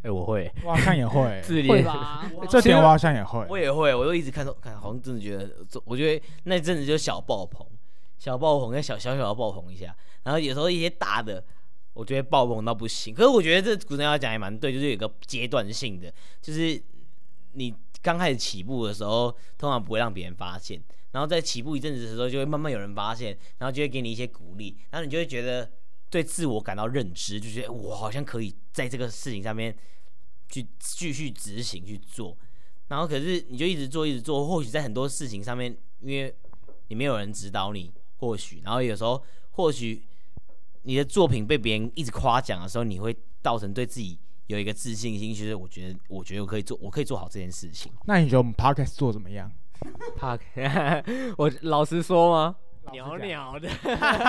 哎、欸，我会， 我好像也会， 自会恋吧？ 这点我好像也会。 我也会，我都一直看到，看好像真的觉得，我觉得那阵子就小爆棚，小爆棚跟小小小的爆棚一下，然后有时候一些大的，我觉得爆棚到不行。可是我觉得这古人要讲也蛮对，就是有一个阶段性的，就是你刚开始起步的时候，通常不会让别人发现，然后在起步一阵子的时候，就会慢慢有人发现，然后就会给你一些鼓励，然后你就会觉得对自我感到认知，就觉得我好像可以在这个事情上面去继续执行去做。然后可是你就一直做一直做，或许在很多事情上面，因为你没有人指导你，或许，然后有时候或许你的作品被别人一直夸奖的时候，你会造成对自己有一个自信心，就是我觉得我觉得我可以做，我可以做好这件事情。 那你觉得我们 podcast 做怎么样？ 我老实说吗？袅袅的。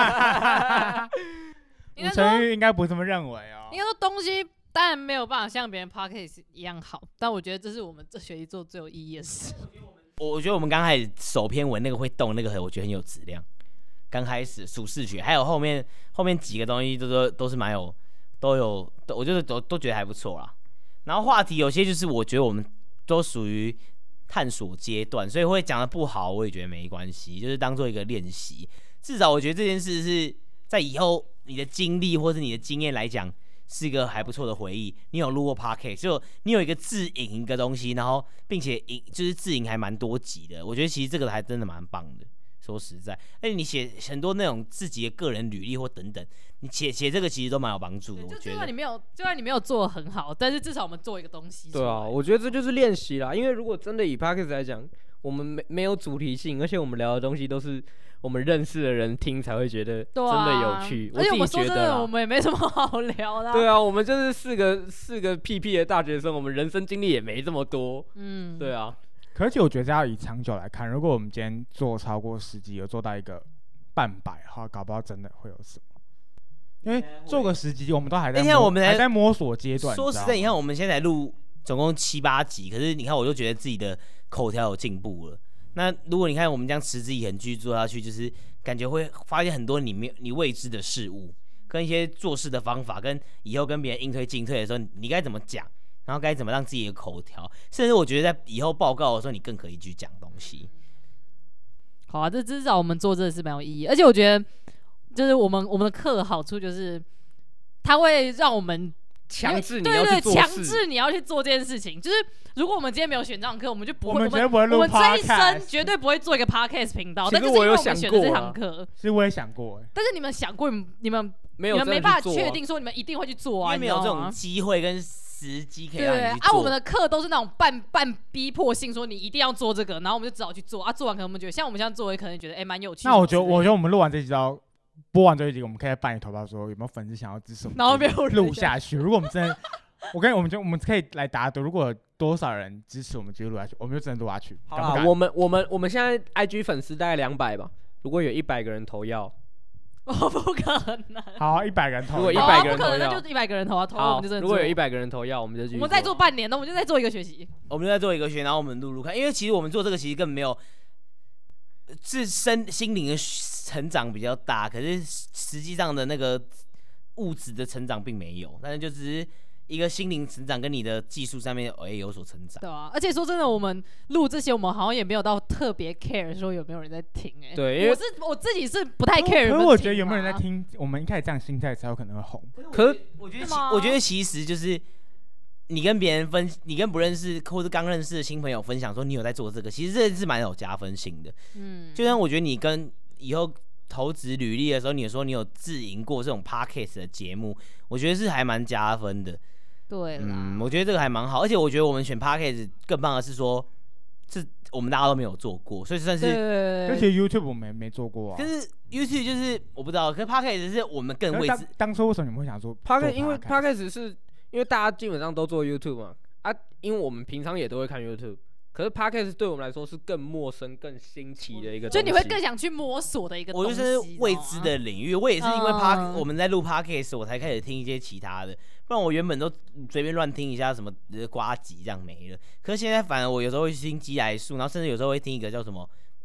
吴承玉应该不这么认为哦。 应该说东西当然没有办法像别人 podcast 一样好，但我觉得这是我们这学期做最有意义的事。 我觉得我们刚开始首篇文那个会动那个，我觉得很有质量。刚开始属视觉，还有后面后面几个东西都都都是蛮有都有，我觉得都都觉得还不错啦。然后话题有些就是我觉得我们都属于探索阶段，所以会讲的不好，我也觉得没关系，就是当做一个练习。至少我觉得这件事是在以后你的经历或是你的经验来讲，是一个还不错的回忆。你有录过 podcast， 就你有一个自营一个东西，然后并且就是自营还蛮多集的，我觉得其实这个还真的蛮棒的。说实在，而且你写很多那种自己的个人履历或等等，你写写这个其实都蛮有帮助的。我觉得， 就算你没有，就算你没有做得很好，但是至少我们做一个东西出来。 对啊，我觉得这就是练习啦。因为如果真的以 podcast 来讲，我们没没有主题性，而且我们聊的东西都是我们认识的人听才会觉得真的有趣。 对啊、而且我们说真的， 我我们也没什么好聊的、啊。 对啊，我们就是四个四个屁屁的大学生，我们人生经历也没这么多。嗯，对啊。 可是我觉得要以长久来看，如果我们今天做超过十集，有做到一个半百的话，搞不好真的会有什么。因为做个十集，我们都还在摸，我们还在摸索阶段。 说实在，你看我们现在录总共七八集，可是你看我就觉得自己的口条有进步了。那如果你看我们这样持之以恒继续做下去，就是感觉会发现很多你没你未知的事物，跟一些做事的方法，跟以后跟别人应推进退的时候，你该怎么讲。然后该怎么让自己的口条，甚至我觉得在以后报告的时候，你更可以去讲东西。 好啊，这至少我们做真的是蛮有意义，而且我觉得就是我们我们的课的好处就是，它会让我们强制你要去做事， 强制你要去做这件事情。就是如果我们今天没有选这堂课，我们就不会， 我们绝对不会录 podcast， 我们这一生绝对不会做一个 podcast 频道。但是我有想过、啊，选了这堂课， 其实我也想过， 但是你们想过，你们没有、 你们没办法确定说你们一定会去做啊， 因为没有这种机会跟时机可以让你去做。 对啊，我们的课都是那种半半逼迫性，说你一定要做这个，然后我们就只好去做啊。做完可能我们觉得，像我们现在做，可能觉得哎蛮有趣的。 那我觉得，我觉得我们录完这集到播完这一集，我们可以在办理投票说有没有粉丝想要支持我们， 然后没有录下去。如果我们真的，我跟我们就我们可以来打赌，如果有多少人支持我们继续录下去，我们就真的录下去。 好啦，我们我们我们现在 I G 粉丝大概两百吧，如果有一百个人投要。 我不可能。 好，一百个人投。 如果一百个人投要， 不可能，那就一百个人投啊，投我们就真的做。 如果有一百个人投要，我们就继续。 我们再做半年，那我们就再做一个学期。 我们就再做一个学，然后我们录录看，因为其实我们做这个其实根本没有，是身心灵的成长比较大，可是实际上的那个物质的成长并没有，但是就只是一个心灵成长跟你的技术上面也有所成长。 对啊，而且说真的，我们录这些，我们好像也没有到特别 care 说有没有人在听哎、欸。 对，因为我是我自己是不太 care 有没有听。 可是我觉得有没有人在听，我们一开始这样心态才有可能会红。 可是我觉得，我觉得其实就是你跟别人分，你跟不认识或是刚认识的新朋友分享说你有在做这个，其实这是蛮有加分性的。嗯，就像我觉得你跟以后投资履历的时候，你说你有自营过这种 podcast 的节目，我觉得是还蛮加分的。 对啦， 嗯，我觉得这个还蛮好，而且我觉得我们选 podcast 更棒的是说，是我们大家都没有做过，所以算是。 而且 YouTube 我们没做过啊。 就是 YouTube 就是我不知道，可是 podcast 是我们更未知。 当, 当初为什么你们会想做 podcast？ 因为 podcast 是因为大家基本上都做 YouTube 嘛，啊，因为我们平常也都会看 YouTube。可是 podcast 对我们来说是更陌生、更新奇的一个东西， 就你会更想去摸索的一个东西。 我就是未知的领域，我也是因为 Pod、嗯、我们在录 podcast 我才开始听一些其他的，不然我原本都随便乱听一下什么呱吉这样没了。可是现在反而我有时候会听鸡来树，然后甚至有时候会听一个叫什么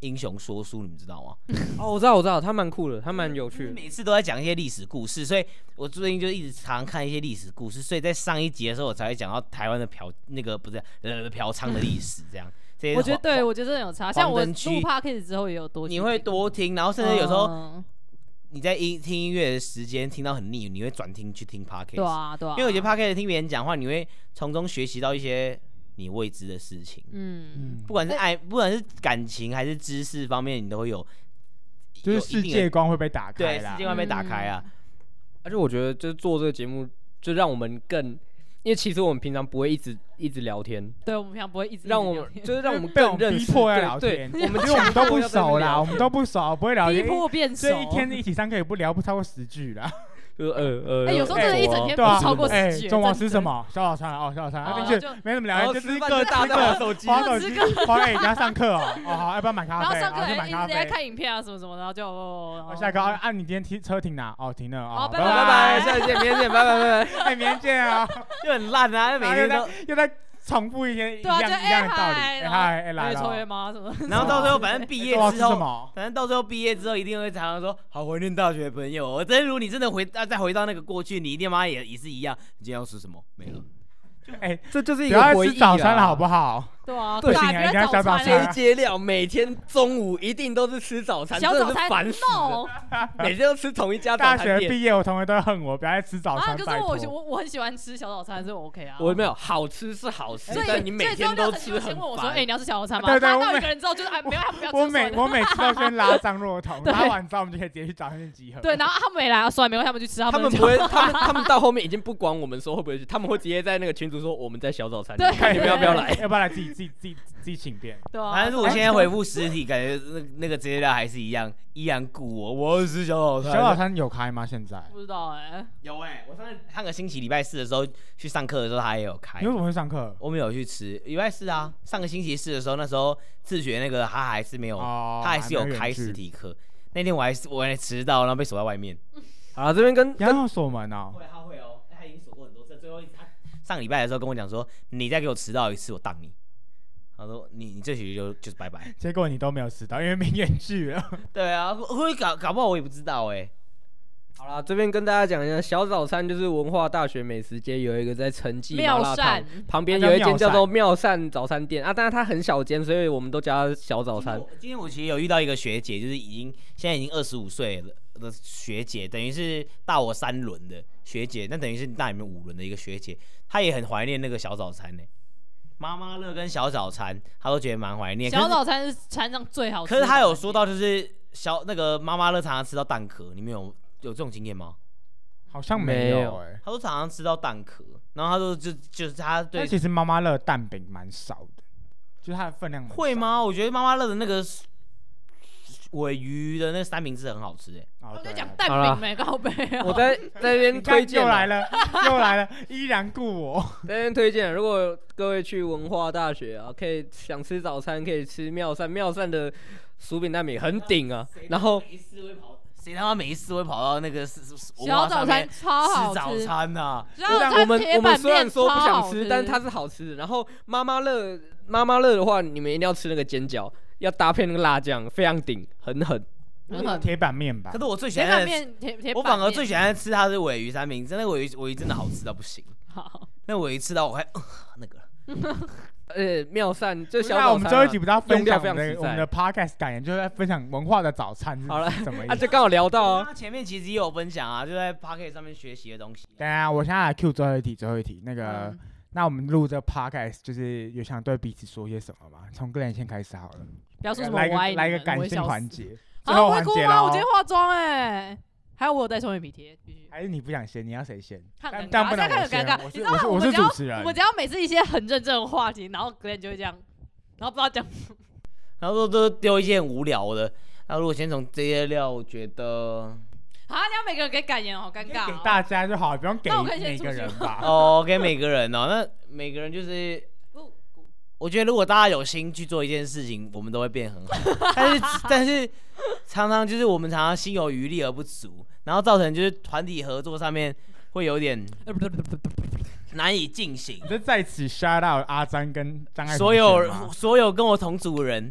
英雄说书，你们知道吗？ 哦，我知道，我知道，他蛮酷的，他蛮有趣的。 每次都在讲一些历史故事，所以我最近就一直常看一些历史故事，所以在上一集的时候，我才会讲到台湾的嫖那个不是呃嫖娼的历史这样。 我觉得对，我觉得真的有差。像我录 podcast 之后也有多， 你会多听，然后甚至有时候。嗯你在音听音乐的时间听到很腻，你会转听去听 podcast。 对啊，对啊。 因为我觉得 podcast 听别人讲话，你会从中学习到一些你未知的事情。嗯，不管是爱，不管是感情还是知识方面，你都会有， 就是世界观会被打开啦。 对，世界观被打开啊。 嗯、而且我觉得，就是做这个节目，就让我们更，因为其实我们平常不会一直一直聊天。 对，我们平常不会一直让我们就是让我们更认识， 逼迫要聊天。我们因为我们都不熟啦，我们都不熟，不会聊天。 逼迫变熟。 所以一天一起上课也不聊不超过十句啦。 就是呃呃， 哎，有时候真的一整天不超过十句。 中午吃什么？小早餐哦，小早餐。进去没怎么聊，就是各大个手机， 滑手机，滑哎，等下上课哦。哦好，要不要买咖啡？ 然后上课买咖啡， 一直在看影片啊什么什么，然后就哦。 下一个啊，你今天停车停哪？哦，停了哦。 拜拜拜拜，下次见，明天见，拜拜拜拜， 哎，明天见啊。 就很烂啊，每天都又在。重复一些一样一样的道理，哎嗨，哎来了， 抽烟吗？什么？ 然后到最后，反正毕业之后，反正到最后毕业之后，一定会常常说，好怀念大学朋友。我真如你真的回啊，再回到那个过去，你一定妈也也是一样。你今天要吃什么？没了。 哎， 这就是一个回忆啊。 吃早餐了，好不好？ 对啊， 对， 一定要小早餐。 接接料，每天中午一定都是吃早餐， 小早餐烦死了。每天都吃同一家早餐店。 大学毕业，我同学都恨我，不要再吃早餐。 啊，可是我我我很喜欢吃小早餐，所以我 OK 啊。 我没有好吃是好吃，但你每天都吃很烦。 问我说，哎，你要吃小早餐吗？ 对对， 我每个人之后就是哎，没有他不要吃。 我每我每次都先拉张若彤，拉完之后我们就可以直接去早餐店集合。 对，然后他们没来，算没关系，他们去吃。 他们不会，他们他们到后面已经不管我们说会不会去，他们会直接在那个群组说我们在小早餐，看你们要不要来， 要不要来自己自己自己自己请便。 对啊。 反正如果现在回复实体，感觉那那个资料还是一样，依然顾我。我要吃小早餐。 小早餐有开吗？现在不知道哎。 有哎，我上上个星期礼拜四的时候去上课的时候，他也有开。 你为什么会上课？ 我没有去吃。礼拜四啊，上个星期四的时候，那时候自学那个他还是没有，他还是有开实体课。那天我还是我还迟到，然后被锁在外面。 好，这边跟然后锁门哦。 会，他会哦，他已经锁过很多次。最后他上礼拜的时候跟我讲说，你再给我迟到一次，我当你。他说你你这学期就就是拜拜。 结果你都没有迟到，因为明年去了。 对啊，会搞搞不好我也不知道哎、欸。 好啦，这边跟大家讲一下，小早餐就是文化大学美食街有一个在陈记麻辣烫旁边有一间叫做妙善早餐店啊，但是它很小间，所以我们都叫它小早餐。 今天我其实有遇到一个学姐，就是已经现在已经二十五岁了的学姐，等于是大我三轮的学姐，那等于是大你们五轮的一个学姐，她也很怀念那个小早餐呢、欸。妈妈乐跟小早餐，她都觉得蛮怀念。 小早餐是餐上最好吃的。 可是她有说到，就是小那个妈妈乐常常吃到蛋壳，你们有有这种经验吗？ 好像没有哎、欸。 他说常常吃到蛋壳，然后他说就就是他对。 但其实妈妈乐蛋饼蛮少的，就是它的分量蛮少。 会吗？我觉得妈妈乐的那个鲔鱼的那个三明治很好吃哎、 欸。我在讲蛋饼没告白哦。 我在在那边推荐。 又来了，又来了，依然顾我。 在那边推荐，如果各位去文化大学啊，可以想吃早餐，可以吃妙善，妙善的薯饼蛋饼很顶啊。然后。 谁他妈没事会跑到那个小早餐超好吃？ 吃早餐呐、 啊！我们我们虽然说不想吃，但是它是好吃的。然后妈妈乐妈妈乐的话，你们一定要吃那个煎饺，要搭配那个辣酱，非常顶，很狠。 很狠。 铁板面吧。 可是我最喜欢的，我反而最喜欢吃它是鲔鱼三明治，那个鲔鱼鲔鱼真的好吃到不行。 好， 那鲔鱼吃到我还、呃、那个。 呃，妙善就小早餐、啊。 那我们最后一集不是要分享我们我们的 podcast 感言，就是在分享文化的早餐是什么意思？ 啊，就刚好聊到啊。 他前面其实也有分享啊，就在 podcast 上面学习的东西、啊。 对啊，我现在来 Q 最后一题，最后一题那个，嗯、那我们录这个 podcast 就是有想对彼此说些什么吗？从个人先开始好了。 不要说什么我爱你， 来一个感性环节。 最后环节了。我今天化妆哎、欸。还有我有带双眼皮贴， 还是你不想先？你要谁先？ 看尴尬， 这样看很尴尬。 我是你知道我是主持人， 我们只要每次一些很认真的话题，然后Glenn就会这样，然后不知道讲， 然后都丢一些很无聊的。那如果先从这些料，我觉得， 啊，你要每个人给感言，好尴尬、哦。 给大家就好，不用给每个人吧。 哦，给每个人哦，那每个人就是。我觉得如果大家有心去做一件事情，我们都会变很好。但是但是常常就是我们常常心有余力而不足，然后造成就是团体合作上面会有点难以进行。 就在此 shout out 阿詹跟张爱所有所有跟我同组的人，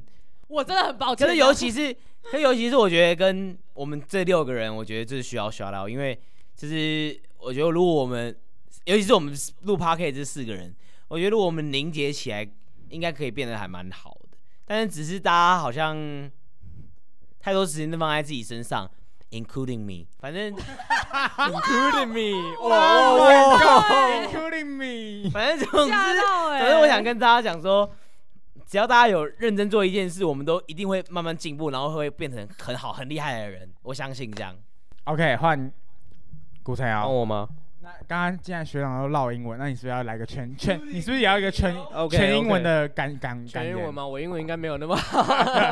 我真的很抱歉。 可是尤其是，可是尤其是我觉得跟我们这六个人，我觉得这是需要 shout out，因为就是我觉得如果我们，尤其是我们录 podcast 这四个人，我觉得如果我们凝结起来，应该可以变得还蛮好的。但是只是大家好像太多时间都放在自己身上 ，including me， 反正 including me， 哇哇 ，including me， 反正总之， 欸、 反正我想跟大家讲说。只要大家有认真做一件事，我们都一定会慢慢进步，然后会变成很好、很厉害的人。我相信这样。 OK， 换古才换瑶。 我吗？ 那刚刚既然学长都唠英文，那你是不是要来个全全？你是不是也要一个全 okay, 全英文的感感全英文吗？我英文应该没有那么好。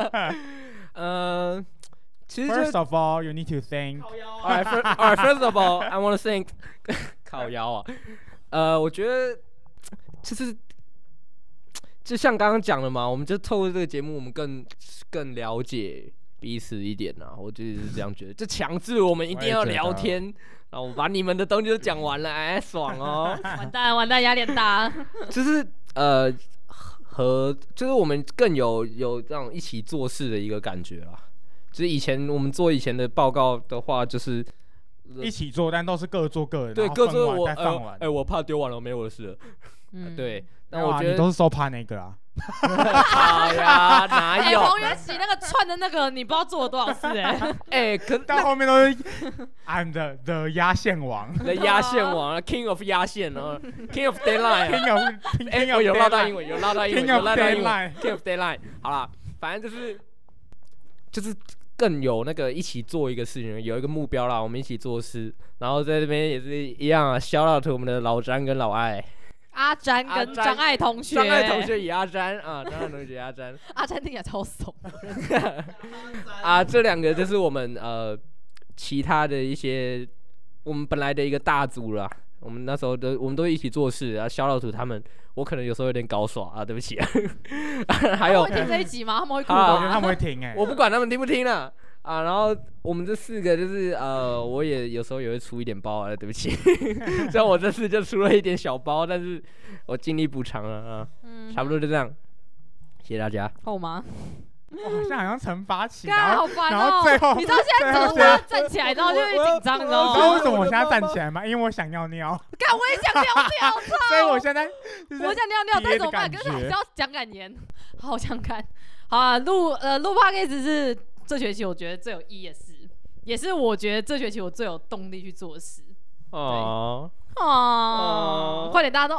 呃，其实 First of all, you need to think. Alright, first, alright, first of all, I want to think. 靠腰啊。呃，我觉得就是。就像刚刚讲的嘛，我们就透过这个节目，我们更更了解彼此一点啊。我就是这样觉得，就强制我们一定要聊天，然后我把你们的东西都讲完了，哎，爽哦！ 完蛋，完蛋，压力大。 就是呃和就是我们更有有这样一起做事的一个感觉啦。就是以前我们做以前的报告的话，就是一起做，但都是各做各的， 对，各做我呃， 哎、欸，我怕丢完了没我的事了。嗯，对。那我觉得、 啊、你都是收怕那个啊。 好呀，哪有？ 黄元喜那个串的那个，你不知道做了多少次哎、欸。 哎、欸，可到后面都是 I'm the the 压线王 ，the 压线王 ，King of 压线哦 ，King of Deadline，King of， 哎、欸，我有唠到英文，有唠到英文，有唠到英文 ，King of Deadline。好啦，反正就是就是更有那个一起做一个事情，有一个目标啦，我们一起做事，然后在这边也是一样啊 ，shout out to 我们的老詹跟老艾。 阿詹跟张爱同学， 张爱同学与阿詹啊，张爱同学阿詹， 阿詹听起来超怂啊，这两个就是我们呃其他的一些我们本来的一个大组啦。我们那时候都我们都一起做事啊，shout out to他们，我可能有时候有点搞耍啊，对不起啊。还有他们会听这一集吗？他们会哭吗？ 我觉得他们会听哎、欸， 我不管他们听不听了。啊，然后我们这四个就是呃，我也有时候也会出一点包啊，对不起，虽然我这次就出了一点小包，但是我尽力补偿了啊，嗯，差不多就这样，谢谢大家。 好吗？ 我好像好像惩罚起， 然后、喔、 然后最后， 你知道现在怎么我站起来，然后就会紧张，你知道吗？ 你知道为什么我现在站起来吗？因为我想尿尿。 干，我也想尿尿， 所以我现在我想尿尿，但怎么办？可是还是要讲感言，好想看。好啊，录呃录 podcast 是这学期我觉得最有意义的事，也是我觉得这学期我最有动力去做的事。 哦哦，快点，大家都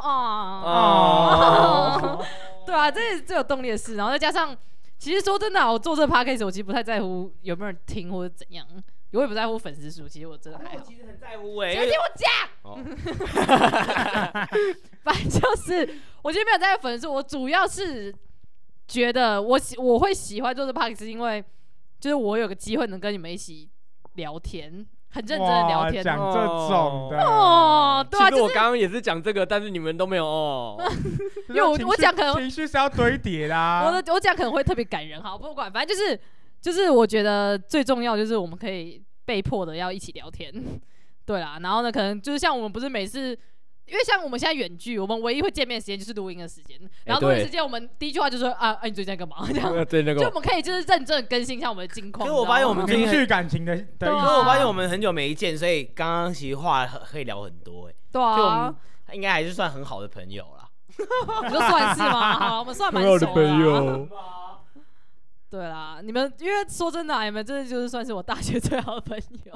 哦，对啊，这是最有动力的事。然后再加上，其实说真的、啊，我做这个 podcast 我其实不太在乎有没有人听或者怎样，我也不在乎粉丝数，其实我真的还好。 我其实很在乎哎、 欸，先听我讲。哦、反正就是我其实没有在乎粉丝数，我主要是觉得我喜我会喜欢做这 podcast， 因为就是我有个机会能跟你们一起聊天。很认真的聊天， 讲这种的哦，对啊， 其实我刚刚也是讲这个，但是你们都没有哦， 因为我我讲可能情绪是要堆叠的、啊， 我的我讲可能会特别感人，好不管，反正就是就是我觉得最重要就是我们可以被迫的要一起聊天，对啦，然后呢，可能就是像我们不是每次。因为像我们现在远距，我们唯一会见面的时间就是录音的时间。然后录音时间，我们第一句话就说啊啊，你最近在干嘛？这样， 对那个， 就我们可以就是认真的更新一下我们的近况。 因为我发现我们情绪感情的，对， 因为我发现我们很久没见，所以刚刚其实话可以聊很多哎。 对啊， 就我们应该还是算很好的朋友啦。 你说算是吗？好，我们算蛮熟的。很好的朋友。对啦，你们因为说真的、啊，你们真的就是算是我大学最好的朋友。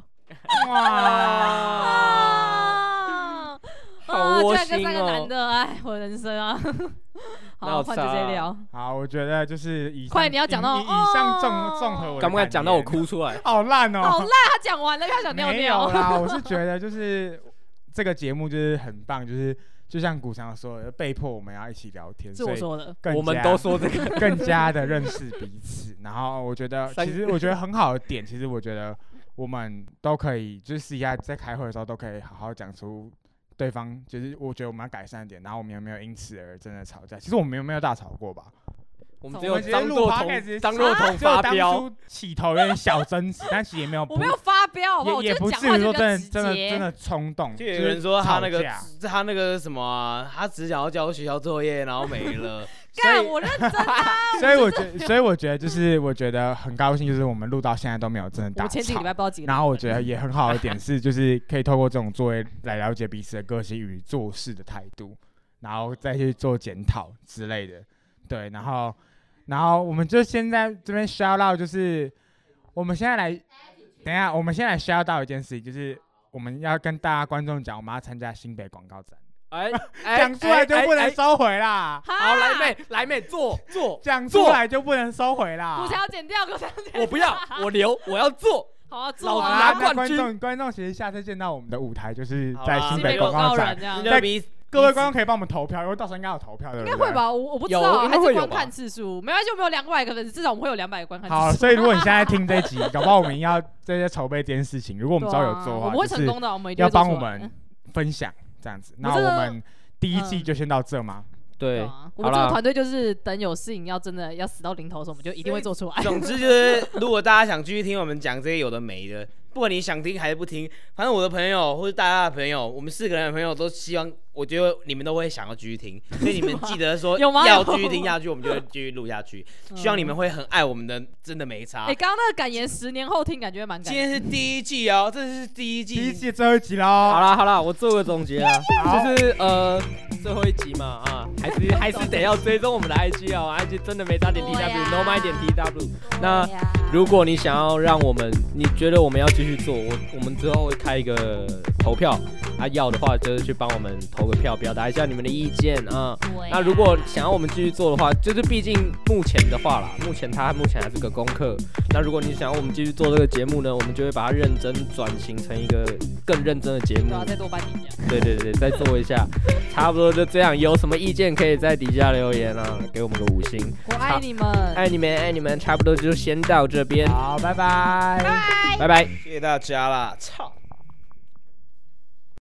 哇！ 好窝心哦！ 居然跟三个男的，哎，我的人生啊！好，换姐姐聊。 好，我觉得就是以快，你要讲到以上综综合我， 敢不敢讲到我哭出来？ 好烂哦！ 好烂，他讲完了，他想尿尿。 没有啦，我是觉得就是这个节目就是很棒，就是就像古强说的，被迫我们要一起聊天， 是我说的， 我们都说这个， 更加的认识彼此。然后我觉得，其实我觉得很好的点，其实我觉得我们都可以，就是私底下在开会的时候都可以好好讲出。对方就是我觉得我们要改善一点，然后我们有没有因此而真的吵架？其实我们有没有大吵过吧？ 我们只有我们张若彤，张若彤发飙， 起头有点小争执，但其实也没有， 我没有发飙，好不好？ 也也不至于说真的真的真的冲动。 就有人说他那个他那个什么啊，他只想要交学校作业，然后没了。 干，我认真啊！ 所以我觉得，所以我觉得就是我觉得很高兴，就是我们录到现在都没有真的打吵。 我前几个礼拜不知道几个。 然后我觉得也很好的点是，就是可以透过这种作业来了解彼此的个性与做事的态度，然后再去做检讨之类的。对，然后。然后我们就先在这边 shout out， 就是我们现在来，等一下，我们先来 shout out 一件事情，就是我们要跟大家观众讲，我们要参加新北广告展。 哎， 讲出来就不能收回啦！ 好，来妹，来妹，做做， 讲出来就不能收回啦！ 骨条剪掉，骨条剪掉。 我不要，我留，我要做。 好啊，做啊！ 拿冠军。观众，观众其实下次见到我们的舞台，就是在新北广告展， 在各位观众可以帮我们投票，因为到时候应该有投票的。 应该会吧？我我不知道，还是观看次数。没关系，我们有两百个粉丝，至少我们会有两百个观看次数。 好，所以如果你现在听这一集，搞不好我们要这些筹备这件事情。如果我们之后有做的话， 我们会成功的，我们一定要帮我们分享这样子。那我们第一季就先到这吗？ 对， 我们这个团队就是等有事情要真的要死到临头的时候，我们就一定会做出来。 总之就是，如果大家想继续听我们讲这些有的没的，不管你想听还是不听，反正我的朋友或者大家的朋友，我们四个人的朋友都希望，我觉得你们都会想要继续听，所以你们记得说要继续听下去，我们就会继续录下去。希望你们会很爱我们的，真的没差。 哎，刚刚那个感言十年后听，感觉蛮感。 今天是第一季哦，这是第一季， 第一季最后一集喽。 好啦好啦，我做个总结啦，就是呃最后一集嘛啊，还是还是得要追踪我们的 I G 哦 ，I G 真的没差点 T W，no my 点 T W。那如果你想要让我们，你觉得我们要继续做，我我们之后会开一个投票，啊要的话就是去帮我们投个票，表达一下你们的意见啊。那如果想要我们继续做的话，就是毕竟目前的话啦，目前它目前还是个功课。那如果你想要我们继续做这个节目呢，我们就会把它认真转型成一个更认真的节目。 再多颁几奖。 对对对，再做一下，差不多就这样。有什么意见可以在底下留言啊，给我们个五星。 我爱你们， 爱你们，爱你们。差不多就先到这边。 好，拜拜， 拜拜， 拜拜， 谢谢大家啦，操。